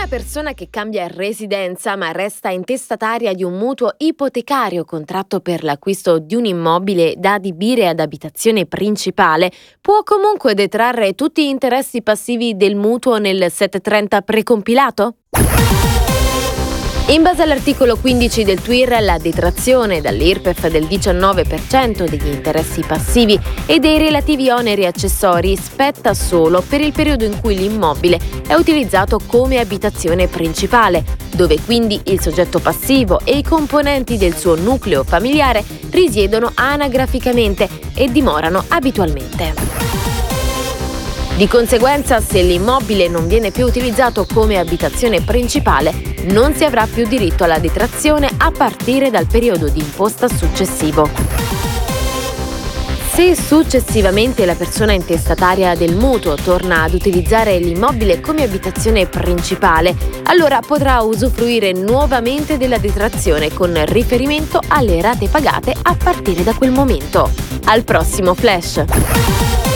Una persona che cambia residenza ma resta intestataria di un mutuo ipotecario contratto per l'acquisto di un immobile da adibire ad abitazione principale può comunque detrarre tutti gli interessi passivi del mutuo nel 730 precompilato? In base all'articolo 15 del TUIR, la detrazione dall'IRPEF del 19% degli interessi passivi e dei relativi oneri accessori spetta solo per il periodo in cui l'immobile è utilizzato come abitazione principale, dove quindi il soggetto passivo e i componenti del suo nucleo familiare risiedono anagraficamente e dimorano abitualmente. Di conseguenza, se l'immobile non viene più utilizzato come abitazione principale, non si avrà più diritto alla detrazione a partire dal periodo di imposta successivo. Se successivamente la persona intestataria del mutuo torna ad utilizzare l'immobile come abitazione principale, allora potrà usufruire nuovamente della detrazione con riferimento alle rate pagate a partire da quel momento. Al prossimo flash!